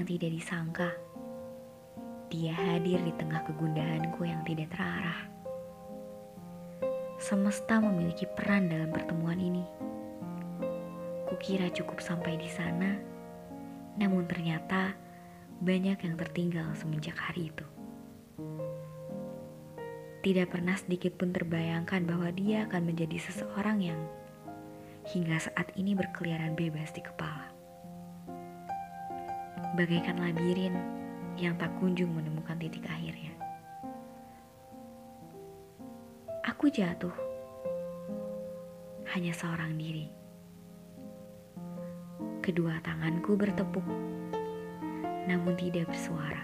yang tidak disangka, dia hadir di tengah kegundahanku yang tidak terarah. Semesta memiliki peran dalam pertemuan ini. Kukira cukup sampai di sana, namun ternyata banyak yang tertinggal semenjak hari itu. Tidak pernah sedikit pun terbayangkan bahwa dia akan menjadi seseorang yang hingga saat ini berkeliaran bebas di kepala. Bagaikan labirin yang tak kunjung menemukan titik akhirnya. Aku jatuh, hanya seorang diri. Kedua tanganku bertepuk, namun tidak bersuara.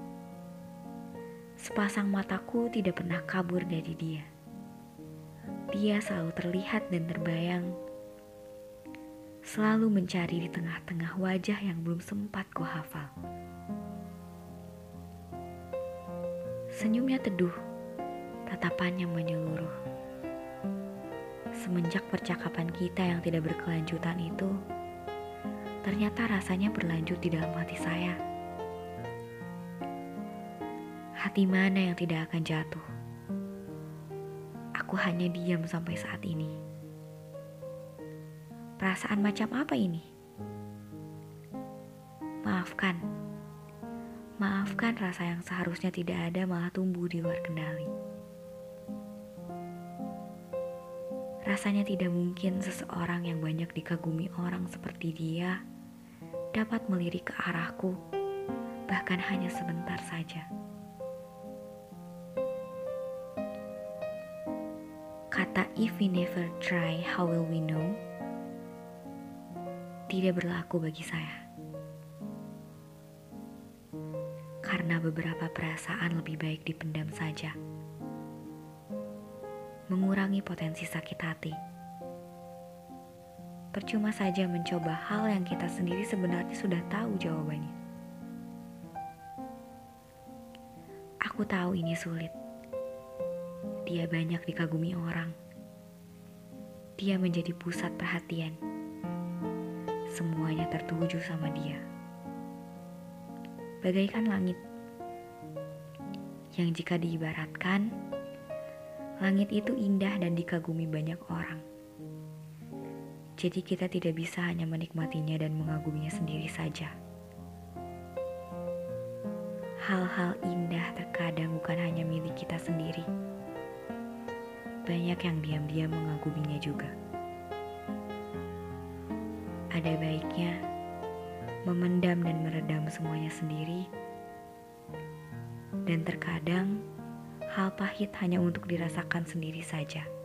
Sepasang mataku tidak pernah kabur dari dia. Dia selalu terlihat dan terbayang, selalu mencari di tengah-tengah wajah yang belum sempat ku hafal. Senyumnya teduh, tatapannya menyeluruh. Semenjak percakapan kita yang tidak berkelanjutan itu, ternyata rasanya berlanjut di dalam hati saya. Hati mana yang tidak akan jatuh? Aku hanya diam sampai saat ini. Perasaan macam apa ini? Maafkan rasa yang seharusnya tidak ada malah tumbuh di luar kendali. Rasanya tidak mungkin seseorang yang banyak dikagumi orang seperti dia dapat melirik ke arahku, bahkan hanya sebentar saja. Kata "if we never try, how will we know?" tidak berlaku bagi saya. Karena beberapa perasaan lebih baik dipendam saja. Mengurangi potensi sakit hati. Percuma saja mencoba hal yang kita sendiri sebenarnya sudah tahu jawabannya. Aku tahu ini sulit. Dia banyak dikagumi orang. Dia menjadi pusat perhatian. Semuanya tertuju sama dia. Bagaikan langit yang jika diibaratkan, langit itu indah dan dikagumi banyak orang. Jadi kita tidak bisa hanya menikmatinya dan mengaguminya sendiri saja. Hal-hal indah terkadang bukan hanya milik kita sendiri. Banyak yang diam-diam mengaguminya juga. Ada baiknya memendam dan meredam semuanya sendiri. Dan terkadang hal pahit hanya untuk dirasakan sendiri saja.